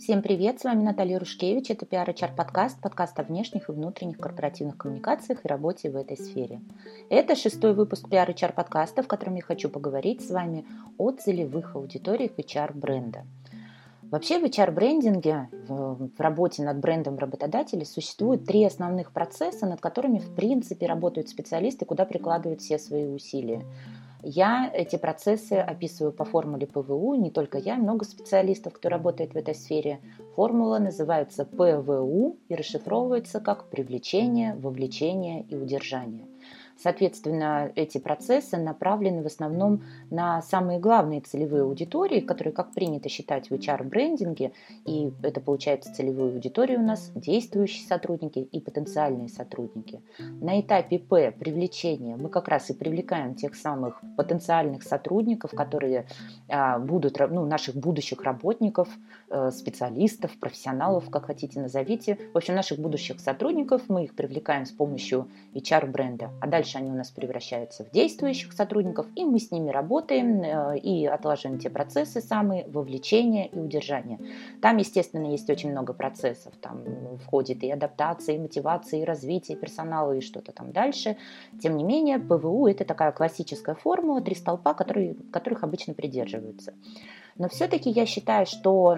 Всем привет, с вами Наталья Рушкевич, это PR HR подкаст, подкаст о внешних и внутренних корпоративных коммуникациях и работе в этой сфере. Это 6-й выпуск PR HR подкаста, в котором я хочу поговорить с вами о целевых аудиториях HR бренда. Вообще в HR-брендинге, в работе над брендом работодателя существует 3 основных процесса, над которыми в принципе работают специалисты, куда прикладывают все свои усилия. Я эти процессы описываю по формуле ПВУ, не только я, много специалистов, кто работает в этой сфере. Формула называется ПВУ и расшифровывается как привлечение, вовлечение и удержание. Соответственно, эти процессы направлены в основном на самые главные целевые аудитории, которые, как принято считать в HR-брендинге, и это получается целевые аудитории у нас, действующие сотрудники и потенциальные сотрудники. На этапе П привлечения мы как раз и привлекаем тех самых потенциальных сотрудников, которые будут, наших будущих работников, специалистов, профессионалов, как хотите назовите. В общем, наших будущих сотрудников мы их привлекаем с помощью HR-бренда. А дальше они у нас превращаются в действующих сотрудников, и мы с ними работаем и отлаживаем те процессы самые вовлечения и удержания. Там, естественно, есть очень много процессов. Там входит и адаптация, и мотивация, и развитие персонала, и что-то там дальше. Тем не менее, ПВУ – это такая классическая формула, 3 столпа, которых обычно придерживаются. Но все-таки я считаю, что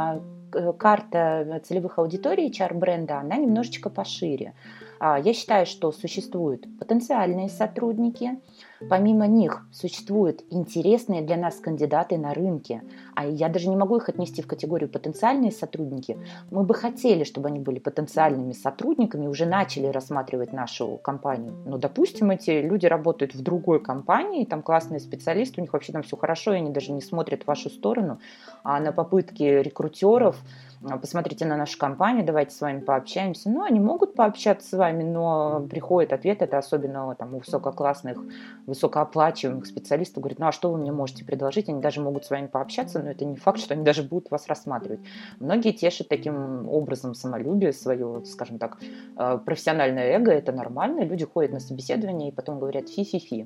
карта целевых аудиторий HR-бренда, она немножечко пошире. Я считаю, что существуют потенциальные сотрудники, помимо них существуют интересные для нас кандидаты на рынке, а я даже не могу их отнести в категорию потенциальные сотрудники. Мы бы хотели, чтобы они были потенциальными сотрудниками, уже начали рассматривать нашу компанию. Но, допустим, эти люди работают в другой компании, там классные специалисты, у них вообще там все хорошо, и они даже не смотрят в вашу сторону, а на попытки рекрутеров: посмотрите на нашу компанию, давайте с вами пообщаемся. Ну, они могут пообщаться с вами, но приходит ответ, это особенно там, у высококлассных, высокооплачиваемых специалистов, говорят: ну а что вы мне можете предложить? Они даже могут с вами пообщаться, но это не факт, что они даже будут вас рассматривать. Многие тешат таким образом самолюбие свое, скажем так, профессиональное эго, это нормально, люди ходят на собеседование и потом говорят: фи-фи-фи.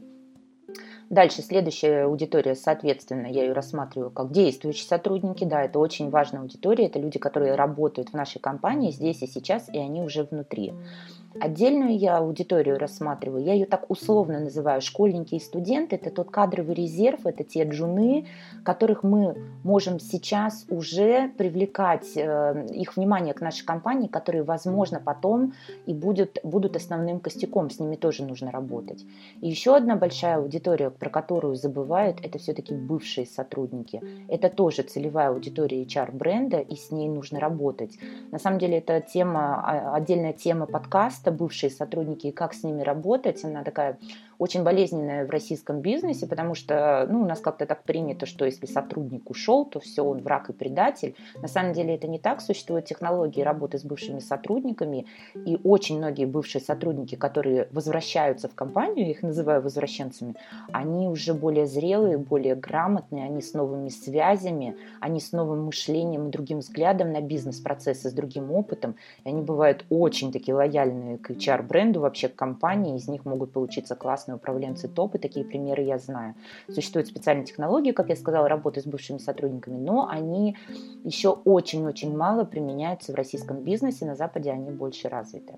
Дальше следующая аудитория, соответственно, я ее рассматриваю как действующие сотрудники. Да, это очень важная аудитория, это люди, которые работают в нашей компании здесь и сейчас, и они уже внутри. Отдельную я аудиторию рассматриваю, я ее так условно называю школьники и студенты. Это тот кадровый резерв, это те джуны, которых мы можем сейчас уже привлекать, их внимание к нашей компании, которые, возможно, потом и будут основным костяком, с ними тоже нужно работать. И еще одна большая аудитория, про которую забывают, это все-таки бывшие сотрудники. Это тоже целевая аудитория HR-бренда, и с ней нужно работать. На самом деле это отдельная тема подкаста «Бывшие сотрудники» и как с ними работать. Она такая очень болезненная в российском бизнесе, потому что у нас как-то так принято, что если сотрудник ушел, то все, он враг и предатель. На самом деле это не так. Существуют технологии работы с бывшими сотрудниками, и очень многие бывшие сотрудники, которые возвращаются в компанию, я их называю возвращенцами, они уже более зрелые, более грамотные, они с новыми связями, они с новым мышлением и другим взглядом на бизнес-процессы, с другим опытом. И они бывают очень такие лояльные к HR-бренду, вообще к компании. Из них могут получиться классные управленцы топы. Такие примеры я знаю. Существуют специальные технологии, как я сказала, работы с бывшими сотрудниками, но они еще очень-очень мало применяются в российском бизнесе. На Западе они больше развиты.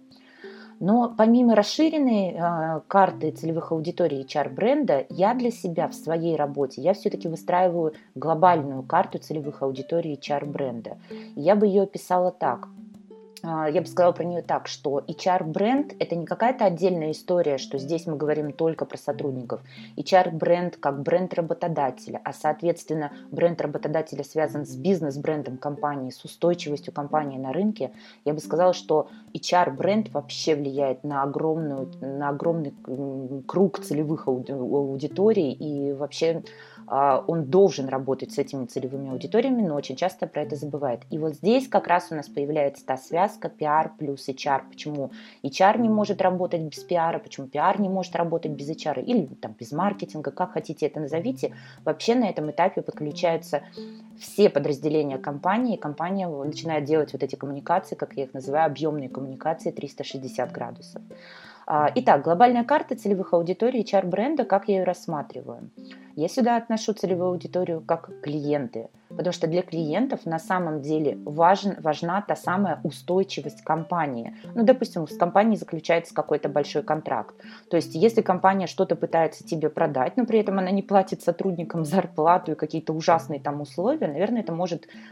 Но помимо расширенной карты целевых аудиторий HR-бренда, я для себя в своей работе, я все-таки выстраиваю глобальную карту целевых аудиторий HR-бренда. Я бы ее описала так. Я бы сказала про нее так, что HR-бренд – это не какая-то отдельная история, что здесь мы говорим только про сотрудников. HR-бренд как бренд работодателя, а, соответственно, бренд работодателя связан с бизнес-брендом компании, с устойчивостью компании на рынке. Я бы сказала, что HR-бренд вообще влияет на огромный круг целевых аудиторий, и вообще он должен работать с этими целевыми аудиториями, но очень часто про это забывает. И вот здесь как раз у нас появляется та связка PR плюс HR. Почему HR не может работать без PR, почему PR не может работать без HR, или там без маркетинга, как хотите это назовите. Вообще на этом этапе подключаются все подразделения компании, и компания начинает делать вот эти коммуникации, как я их называю, объемные коммуникации 360 градусов. Итак, глобальная карта целевых аудиторий HR-бренда, как я ее рассматриваю? Я сюда отношу целевую аудиторию как клиенты, Потому что для клиентов на самом деле важна та самая устойчивость компании. Ну, допустим, с компанией заключается какой-то большой контракт. То есть, если компания что-то пытается тебе продать, но при этом она не платит сотрудникам зарплату и какие-то ужасные там условия, наверное, это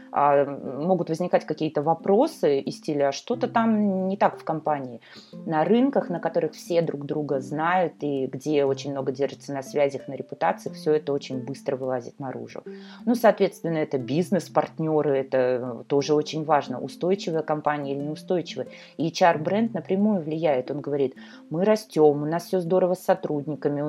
могут возникать какие-то вопросы из стиля, что-то там не так в компании. На рынках, на которых все друг друга знают и где очень много держится на связях, на репутациях, все это очень быстро вылазит наружу. Ну, соответственно, это бизнес-партнеры, это тоже очень важно, устойчивая компания или неустойчивая. И HR-бренд напрямую влияет, он говорит, мы растем, у нас все здорово с сотрудниками,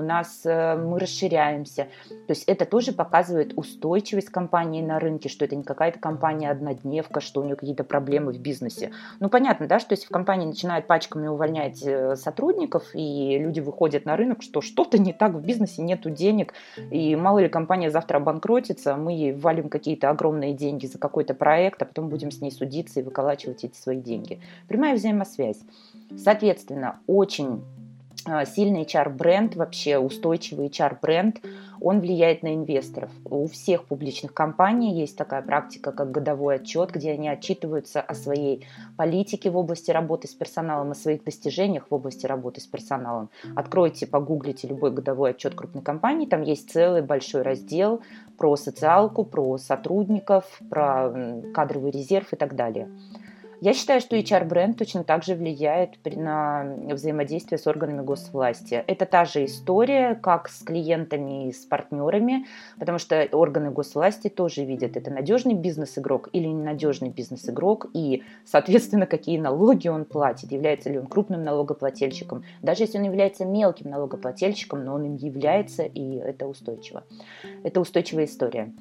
мы расширяемся. То есть это тоже показывает устойчивость компании на рынке, что это не какая-то компания-однодневка, что у нее какие-то проблемы в бизнесе. Ну, понятно, да, что если в компании начинают пачками увольнять сотрудников, и люди выходят на рынок, что что-то не так в бизнесе, нету денег, и мало ли компания завтра обанкротится, мы ей валим какие-то огромные деньги за какой-то проект, а потом будем с ней судиться и выколачивать эти свои деньги. Прямая взаимосвязь. Соответственно, очень сильный HR-бренд, вообще устойчивый HR-бренд, он влияет на инвесторов. У всех публичных компаний есть такая практика, как годовой отчет, где они отчитываются о своей политике в области работы с персоналом, о своих достижениях в области работы с персоналом. Откройте, погуглите любой годовой отчет крупной компании, там есть целый большой раздел про социалку, про сотрудников, про кадровый резерв и так далее. Я считаю, что HR-бренд точно так же влияет на взаимодействие с органами госвласти. Это та же история, как с клиентами и с партнерами, потому что органы госвласти тоже видят, это надежный бизнес-игрок или ненадежный бизнес-игрок, и, соответственно, какие налоги он платит, является ли он крупным налогоплательщиком. Даже если он является мелким налогоплательщиком, но он им является, и это устойчиво. Это устойчивая история.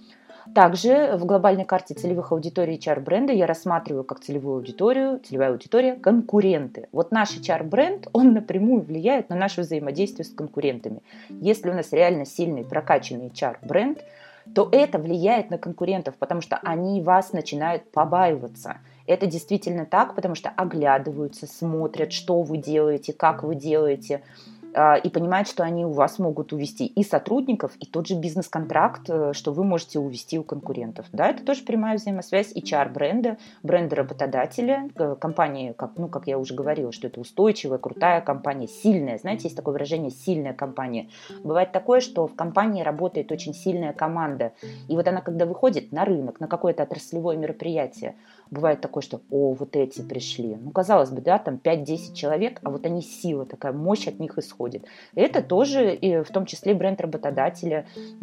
Также в глобальной карте целевых аудиторий HR-бренда я рассматриваю как целевая аудитория конкуренты. Вот наш HR-бренд, он напрямую влияет на наше взаимодействие с конкурентами. Если у нас реально сильный прокачанный HR-бренд, то это влияет на конкурентов, потому что они вас начинают побаиваться. Это действительно так, потому что оглядываются, смотрят, что вы делаете, как вы делаете, и понимают, что они у вас могут увести и сотрудников, и тот же бизнес-контракт, что вы можете увести у конкурентов. Да, это тоже прямая взаимосвязь HR-бренда, бренда работодателя, компании, как я уже говорила, что это устойчивая, крутая компания, сильная. Знаете, есть такое выражение «сильная компания». Бывает такое, что в компании работает очень сильная команда, и вот она, когда выходит на рынок, на какое-то отраслевое мероприятие, бывает такое, что вот эти пришли. Ну, казалось бы, да, там 5-10 человек, а вот они сила, такая мощь от них исходит. Это тоже и в том числе бренд работодателя.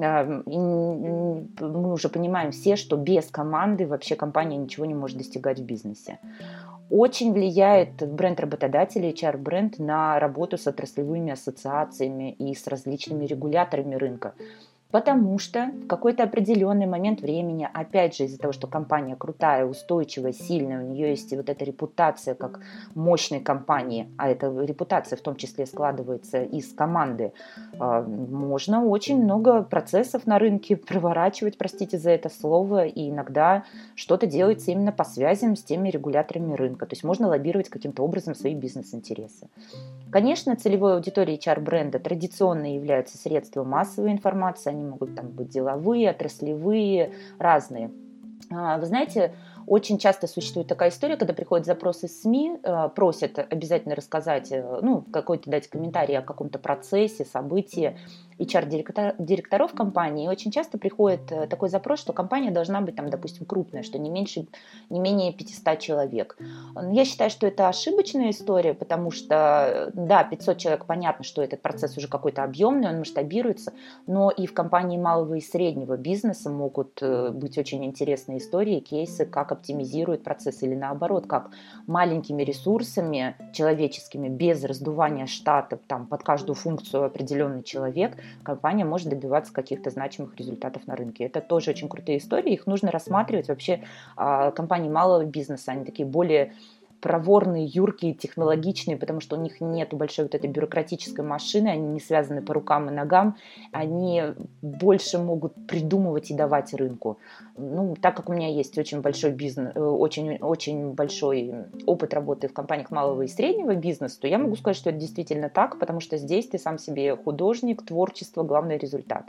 Мы уже понимаем все, что без команды вообще компания ничего не может достигать в бизнесе. Очень влияет бренд работодателя, HR-бренд на работу с отраслевыми ассоциациями и с различными регуляторами рынка. Потому что в какой-то определенный момент времени, опять же, из-за того, что компания крутая, устойчивая, сильная, у нее есть вот эта репутация как мощной компании, а эта репутация в том числе складывается из команды, можно очень много процессов на рынке проворачивать, простите за это слово, и иногда что-то делается именно по связям с теми регуляторами рынка. То есть можно лоббировать каким-то образом свои бизнес-интересы. Конечно, целевой аудиторией HR-бренда традиционно являются средства массовой информации, они могут там быть деловые, отраслевые, разные. Вы знаете, очень часто существует такая история, когда приходят запросы из СМИ, просят обязательно рассказать, какой-то дать комментарий о каком-то процессе, событии HR-директоров компании. И очень часто приходит такой запрос, что компания должна быть, там, допустим, крупная, что не менее 500 человек. Я считаю, что это ошибочная история, потому что, да, 500 человек, понятно, что этот процесс уже какой-то объемный, он масштабируется, но и в компании малого и среднего бизнеса могут быть очень интересные истории, кейсы, как оптимизируют процесс или наоборот, как маленькими ресурсами человеческими, без раздувания штата, там, под каждую функцию определенный человек, компания может добиваться каких-то значимых результатов на рынке. Это тоже очень крутые истории, их нужно рассматривать. Вообще компании малого бизнеса, они такие более проворные, юркие, технологичные, потому что у них нет большой вот этой бюрократической машины, они не связаны по рукам и ногам, они больше могут придумывать и давать рынку. Ну, так как у меня есть очень большой бизнес, очень большой опыт работы в компаниях малого и среднего бизнеса, то я могу сказать, что это действительно так, потому что здесь ты сам себе художник, творчество, главный результат.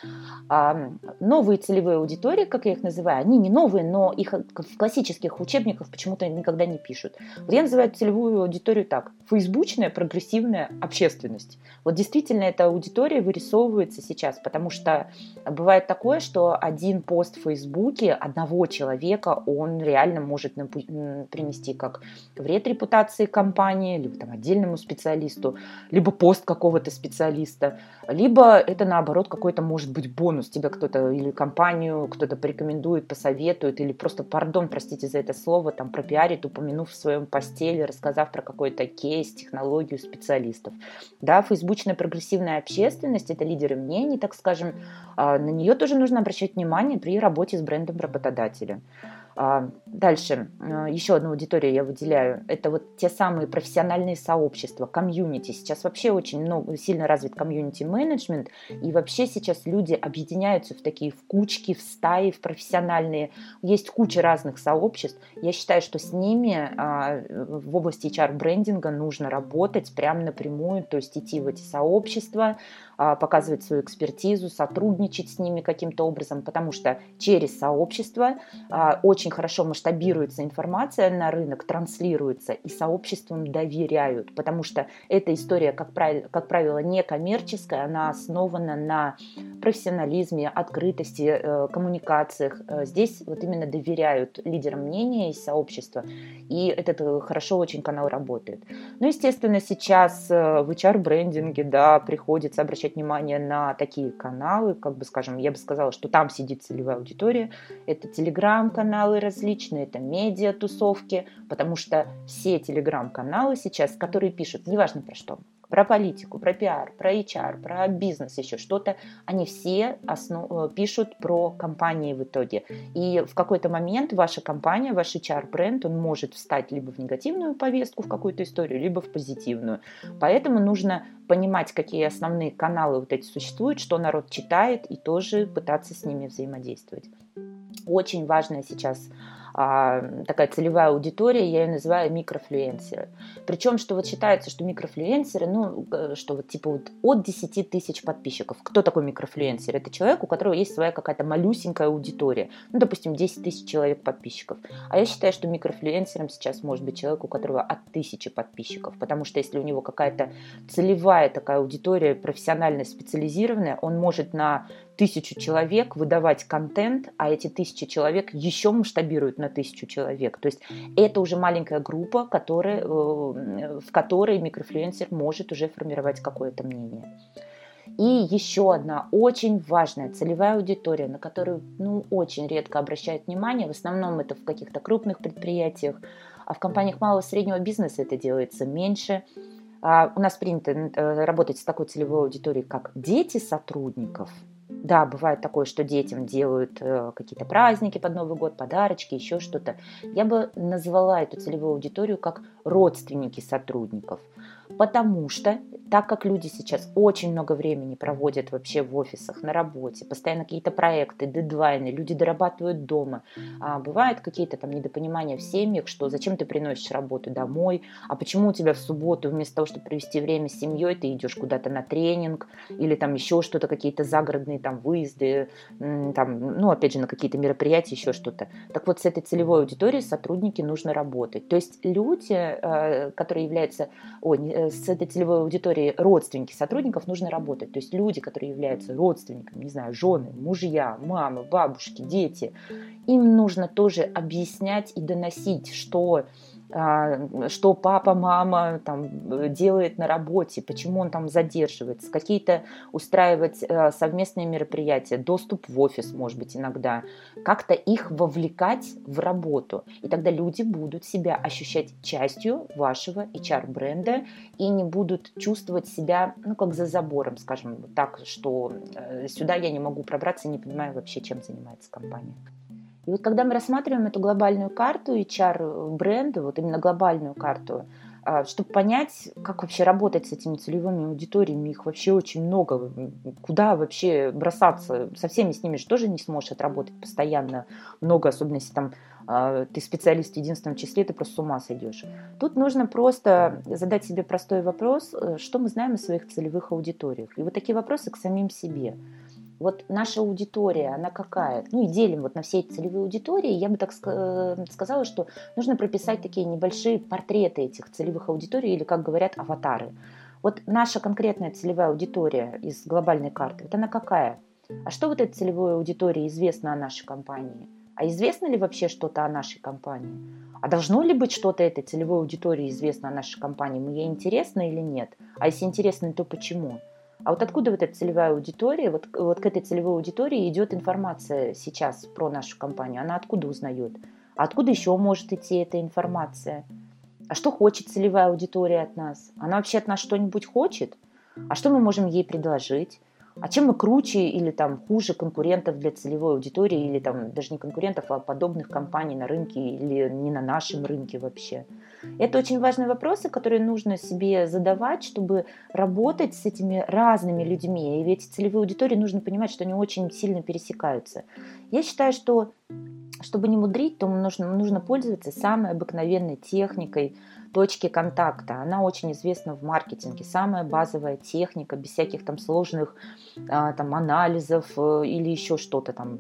Новые целевые аудитории, как я их называю, они не новые, но их в классических учебниках почему-то никогда не пишут. Вот я называю целевую аудиторию так: фейсбучная прогрессивная общественность. Вот действительно эта аудитория вырисовывается сейчас, потому что бывает такое, что один пост в Фейсбуке одного человека, он реально может принести как вред репутации компании, либо там отдельному специалисту, либо пост какого-то специалиста, либо это наоборот какой-то может быть бонус. Тебя кто-то или компанию кто-то порекомендует, посоветует, или просто, простите за это слово, там пропиарит, упомянув в своем посте или рассказав про какой-то кейс, технологию специалистов. Да, фейсбучная прогрессивная общественность – это лидеры мнений, так скажем, на нее тоже нужно обращать внимание при работе с брендом работодателя. Дальше, еще одну аудиторию я выделяю. Это вот те самые профессиональные сообщества, комьюнити. Сейчас вообще очень сильно развит комьюнити-менеджмент, и вообще сейчас люди объединяются в такие в кучки, в стаи, в профессиональные. Есть куча разных сообществ. Я считаю, что с ними в области HR-брендинга нужно работать прямо напрямую, то есть идти в эти сообщества, показывать свою экспертизу, сотрудничать с ними каким-то образом, потому что через сообщество очень хорошо масштабируется информация на рынок, транслируется, и сообществам доверяют, потому что эта история, как правило, не коммерческая, она основана на профессионализме, открытости, коммуникациях. Здесь вот именно доверяют лидерам мнения из сообщества, и этот хорошо очень канал работает. Ну, естественно, сейчас в HR-брендинге, да, приходится обращать внимание на такие каналы, как бы, скажем, я бы сказала, что там сидит целевая аудитория, это телеграм-каналы различные, это медиа-тусовки, потому что все телеграм-каналы сейчас, которые пишут, неважно про что, про политику, про пиар, про HR, про бизнес, еще что-то, они все пишут про компании в итоге. И в какой-то момент ваша компания, ваш HR-бренд, он может встать либо в негативную повестку, в какую-то историю, либо в позитивную. Поэтому нужно понимать, какие основные каналы вот эти существуют, что народ читает, и тоже пытаться с ними взаимодействовать. Очень важная сейчас такая целевая аудитория, я ее называю микрофлюенсеры. Причем, что вот считается, что микрофлюенсеры, что вот типа вот от 10 тысяч подписчиков. Кто такой микрофлюенсер? Это человек, у которого есть своя какая-то малюсенькая аудитория. Ну, допустим, 10 тысяч человек подписчиков. А я считаю, что микрофлюенсером сейчас может быть человек, у которого от 1000 подписчиков. Потому что если у него какая-то целевая такая аудитория, профессионально специализированная, он может на 1000 человек выдавать контент, а эти 1000 человек еще масштабируют на 1000 человек. То есть это уже маленькая группа, в которой микроинфлюенсер может уже формировать какое-то мнение. И еще одна очень важная целевая аудитория, на которую очень редко обращают внимание, в основном это в каких-то крупных предприятиях, а в компаниях малого и среднего бизнеса это делается меньше. У нас принято работать с такой целевой аудиторией, как дети сотрудников. Да, бывает такое, что детям делают какие-то праздники под Новый год, подарочки, еще что-то. Я бы назвала эту целевую аудиторию как родственники сотрудников. Потому что, так как люди сейчас очень много времени проводят вообще в офисах, на работе, постоянно какие-то проекты, дедлайны, люди дорабатывают дома, бывают какие-то там недопонимания в семьях, что зачем ты приносишь работу домой, а почему у тебя в субботу вместо того, чтобы провести время с семьей, ты идешь куда-то на тренинг или там еще что-то, какие-то загородные там выезды, там, опять же, на какие-то мероприятия, еще что-то. Так вот, с этой целевой аудиторией сотрудники нужно работать. То есть люди, которые являются, с этой целевой аудиторией родственники сотрудников нужно работать. То есть люди, которые являются родственниками, не знаю, жены, мужья, мамы, бабушки, дети, им нужно тоже объяснять и доносить, что папа, мама там делает на работе, почему он там задерживается, какие-то устраивать совместные мероприятия, доступ в офис, может быть, иногда, как-то их вовлекать в работу. И тогда люди будут себя ощущать частью вашего HR-бренда и не будут чувствовать себя, как за забором, скажем так, что сюда я не могу пробраться и не понимаю вообще, чем занимается компания. И вот когда мы рассматриваем эту глобальную карту HR-бренда, вот именно глобальную карту, чтобы понять, как вообще работать с этими целевыми аудиториями, их вообще очень много, куда вообще бросаться, со всеми с ними же тоже не сможешь отработать постоянно много, особенно если там ты специалист в единственном числе, ты просто с ума сойдешь. Тут нужно просто задать себе простой вопрос, что мы знаем о своих целевых аудиториях. И вот такие вопросы к самим себе. Вот наша аудитория, она какая? Ну и делим вот на все эти целевые аудитории. Я бы так сказала, что нужно прописать такие небольшие портреты этих целевых аудиторий, или, как говорят, аватары. Вот наша конкретная целевая аудитория из глобальной карты, вот она какая? А что вот этой целевой аудитории известно о нашей компании? А известно ли вообще что-то о нашей компании? А должно ли быть что-то этой целевой аудитории известно о нашей компании? Ей интересно или нет? А если интересно, то почему? А вот откуда вот эта целевая аудитория, вот к этой целевой аудитории идет информация сейчас про нашу компанию? Она откуда узнает? А откуда еще может идти эта информация? А что хочет целевая аудитория от нас? Она вообще от нас что-нибудь хочет? А что мы можем ей предложить? А чем мы круче или там хуже конкурентов для целевой аудитории, или там даже не конкурентов, а подобных компаний на рынке или не на нашем рынке вообще? Это очень важные вопросы, которые нужно себе задавать, чтобы работать с этими разными людьми. И ведь эти целевые аудитории нужно понимать, что они очень сильно пересекаются. Я считаю, что чтобы не мудрить, то нужно пользоваться самой обыкновенной техникой точки контакта. Она очень известна в маркетинге. Самая базовая техника, без всяких там сложных там, анализов или еще что-то там.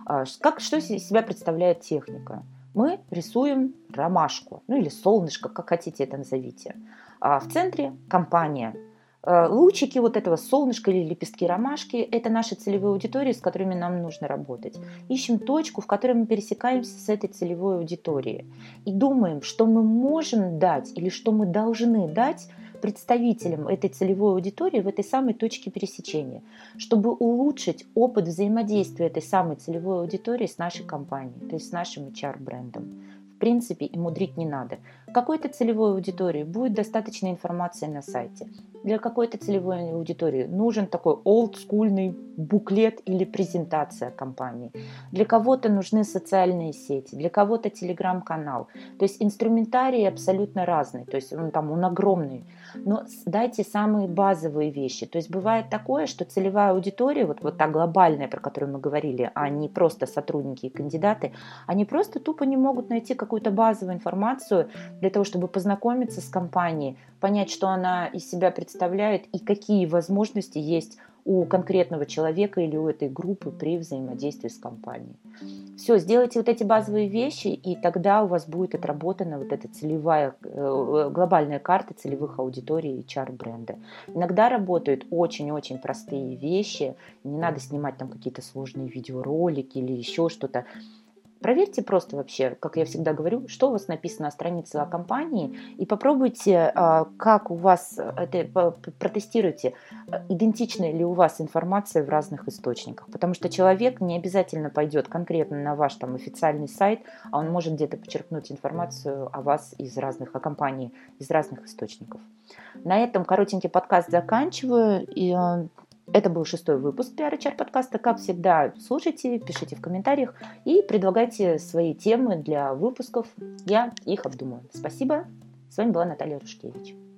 Что из себя представляет техника? Мы рисуем ромашку, ну или солнышко, как хотите это назовите. В центре компания. Лучики вот этого солнышка или лепестки ромашки – это наши целевые аудитории, с которыми нам нужно работать. Ищем точку, в которой мы пересекаемся с этой целевой аудиторией. И думаем, что мы можем дать или что мы должны дать представителям этой целевой аудитории в этой самой точке пересечения, чтобы улучшить опыт взаимодействия этой самой целевой аудитории с нашей компанией, то есть с нашим HR-брендом. В принципе, и мудрить не надо. Какой-то целевой аудитории будет достаточно информации на сайте. Для какой-то целевой аудитории нужен такой олдскульный буклет или презентация компании. Для кого-то нужны социальные сети, для кого-то телеграм-канал. То есть инструментарий абсолютно разный, то есть он огромный. Но дайте самые базовые вещи. То есть бывает такое, что целевая аудитория, вот та глобальная, про которую мы говорили, а не просто сотрудники и кандидаты, они просто тупо не могут найти какую-то базовую информацию для того, чтобы познакомиться с компанией, понять, что она из себя представляет и какие возможности есть у конкретного человека или у этой группы при взаимодействии с компанией. Все, сделайте вот эти базовые вещи, и тогда у вас будет отработана вот эта целевая, глобальная карта целевых аудиторий HR-бренда. Иногда работают очень-очень простые вещи, не надо снимать там какие-то сложные видеоролики или еще что-то. Проверьте просто вообще, как я всегда говорю, что у вас написано на странице о компании, и попробуйте, как у вас, протестируйте, идентична ли у вас информация в разных источниках. Потому что человек не обязательно пойдет конкретно на ваш там официальный сайт, а он может где-то почерпнуть информацию о вас о компании из разных источников. На этом коротенький подкаст заканчиваю. И это был 6-й выпуск PR подкаста. Как всегда, слушайте, пишите в комментариях и предлагайте свои темы для выпусков. Я их обдумаю. Спасибо. С вами была Наталья Рушкевич.